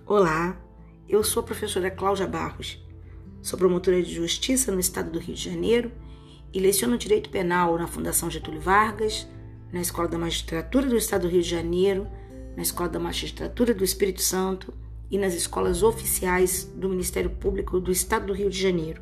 Olá, eu sou a professora Cláudia Barros, sou promotora de justiça no estado do Rio de Janeiro e leciono Direito Penal na Fundação Getúlio Vargas, na Escola da Magistratura do estado do Rio de Janeiro, na Escola da Magistratura do Espírito Santo e nas escolas oficiais do Ministério Público do estado do Rio de Janeiro.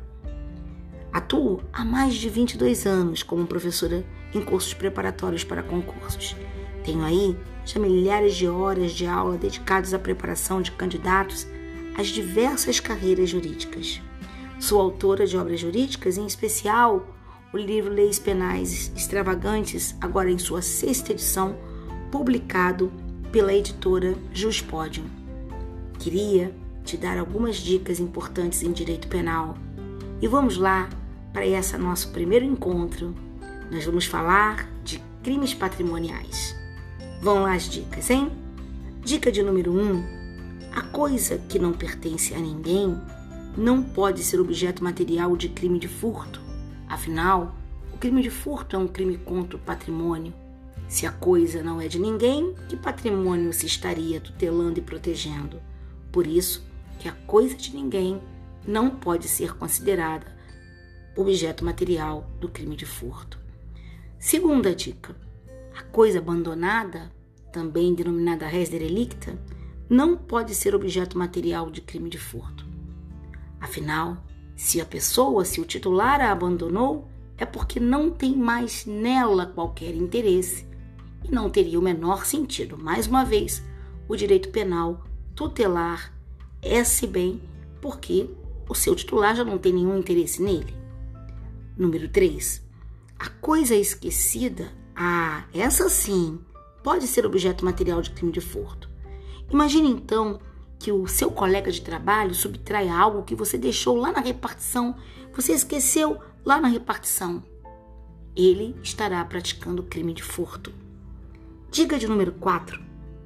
Atuo há mais de 22 anos como professora em cursos preparatórios para concursos. Tenho aí já milhares de horas de aula dedicadas à preparação de candidatos às diversas carreiras jurídicas. Sou autora de obras jurídicas, em especial o livro Leis Penais Extravagantes, agora em sua 6ª edição, publicado pela editora Juspodium. Queria te dar algumas dicas importantes em direito penal. E vamos lá para esse nosso primeiro encontro. Nós vamos falar de crimes patrimoniais. Vão lá as dicas, hein? Dica de número 1. A coisa que não pertence a ninguém não pode ser objeto material de crime de furto. Afinal, o crime de furto é um crime contra o patrimônio. Se a coisa não é de ninguém, que patrimônio se estaria tutelando e protegendo? Por isso que a coisa de ninguém não pode ser considerada objeto material do crime de furto. Segunda dica. A coisa abandonada, também denominada res derelicta, não pode ser objeto material de crime de furto. Afinal, se o titular a abandonou, é porque não tem mais nela qualquer interesse e não teria o menor sentido, mais uma vez, o direito penal tutelar esse bem porque o seu titular já não tem nenhum interesse nele. Número 3. A coisa esquecida, essa sim, pode ser objeto material de crime de furto. Imagine então que o seu colega de trabalho subtrai algo que você deixou lá na repartição, você esqueceu lá na repartição. Ele estará praticando crime de furto. Dica de número 4.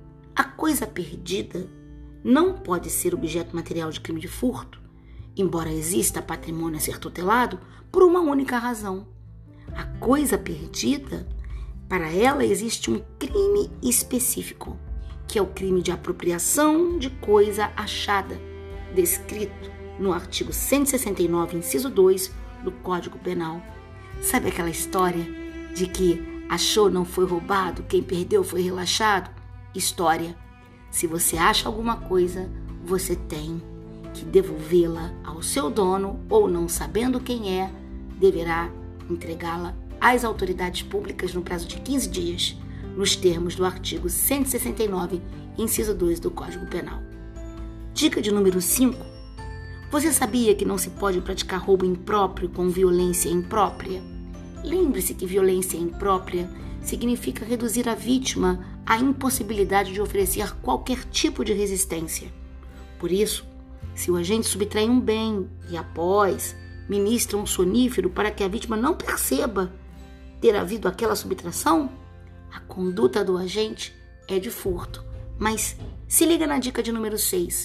A coisa perdida não pode ser objeto material de crime de furto, embora exista patrimônio a ser tutelado por uma única razão. A coisa perdida, para ela existe um crime específico, que é o crime de apropriação de coisa achada, descrito no artigo 169, inciso 2 do Código Penal. Sabe aquela história de que achou não foi roubado, quem perdeu foi relaxado? História. Se você acha alguma coisa, você tem que devolvê-la ao seu dono ou, não sabendo quem é, deverá entregá-la às autoridades públicas no prazo de 15 dias, nos termos do artigo 169, inciso 2 do Código Penal. Dica de número 5. Você sabia que não se pode praticar roubo impróprio com violência imprópria? Lembre-se que violência imprópria significa reduzir a vítima à impossibilidade de oferecer qualquer tipo de resistência. Por isso, se o agente subtrai um bem e após ministra um sonífero para que a vítima não perceba ter havido aquela subtração, a conduta do agente é de furto. Mas se liga na dica de número 6.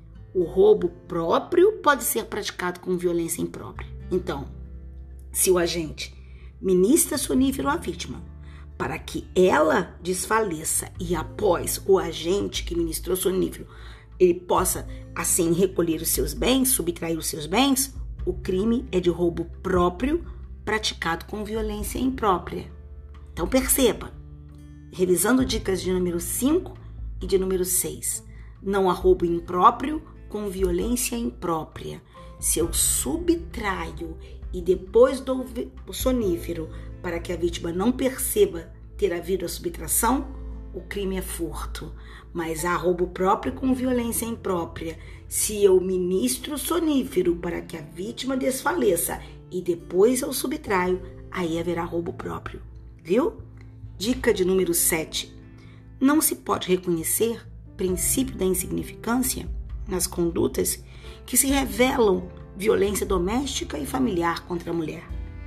O roubo próprio pode ser praticado com violência imprópria. Então, se o agente ministra sonífero à vítima para que ela desfaleça e após o agente que ministrou sonífero ele possa, assim, recolher os seus bens, subtrair os seus bens, o crime é de roubo próprio praticado com violência imprópria. Então perceba, revisando dicas de número 5 e de número 6, não há roubo impróprio com violência imprópria. Se eu subtraio e depois dou o sonífero para que a vítima não perceba ter havido a subtração, o crime é furto. Mas há roubo próprio com violência imprópria. Se eu ministro sonífero para que a vítima desfaleça e depois eu subtraio, aí haverá roubo próprio. Viu? Dica de número 7. Não se pode reconhecer princípio da insignificância nas condutas que se revelam violência doméstica e familiar contra a mulher.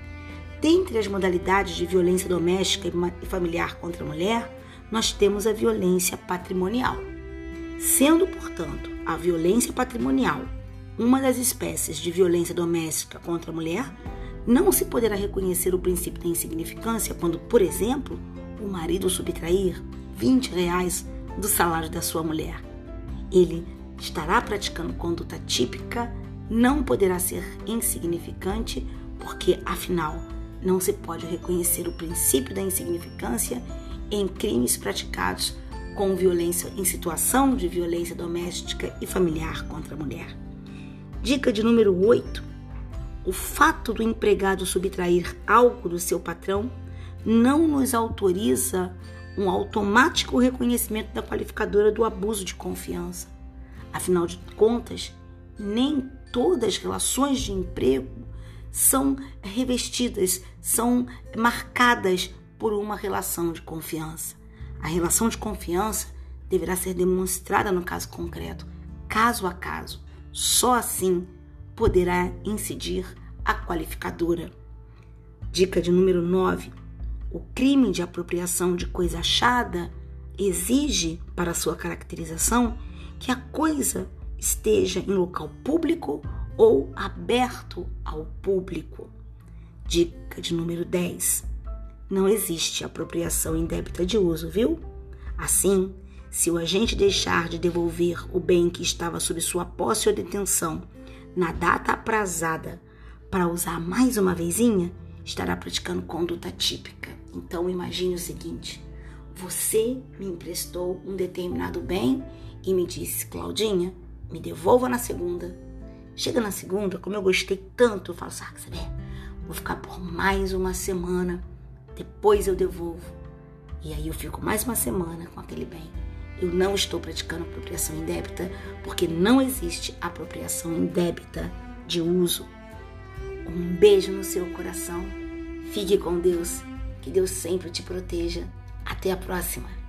Dentre as modalidades de violência doméstica e familiar contra a mulher, nós temos a violência patrimonial. Sendo, portanto, a violência patrimonial uma das espécies de violência doméstica contra a mulher, não se poderá reconhecer o princípio da insignificância quando, por exemplo, o marido subtrair R$20 do salário da sua mulher. Ele estará praticando conduta típica, não poderá ser insignificante, porque, afinal, não se pode reconhecer o princípio da insignificância em crimes praticados com violência em situação de violência doméstica e familiar contra a mulher. Dica de número 8. O fato do empregado subtrair algo do seu patrão não nos autoriza um automático reconhecimento da qualificadora do abuso de confiança. Afinal de contas, nem todas as relações de emprego são revestidas, são marcadas por uma relação de confiança. A relação de confiança deverá ser demonstrada no caso concreto, caso a caso. Só assim poderá incidir a qualificadora. Dica de número 9. O crime de apropriação de coisa achada exige, para sua caracterização, que a coisa esteja em local público ou aberto ao público. Dica de número 10. Não existe apropriação indébita de uso, viu? Assim, se o agente deixar de devolver o bem que estava sob sua posse ou detenção na data aprazada para usar mais uma vezinha, estará praticando conduta típica. Então, imagine o seguinte: você me emprestou um determinado bem e me disse, Claudinha, me devolva na segunda. Chega na segunda, como eu gostei tanto, eu falo, sabe, vou ficar por mais uma semana, depois eu devolvo. E aí eu fico mais uma semana com aquele bem. Eu não estou praticando apropriação indébita, porque não existe apropriação indébita de uso. Um beijo no seu coração. Fique com Deus. Que Deus sempre te proteja. Até a próxima.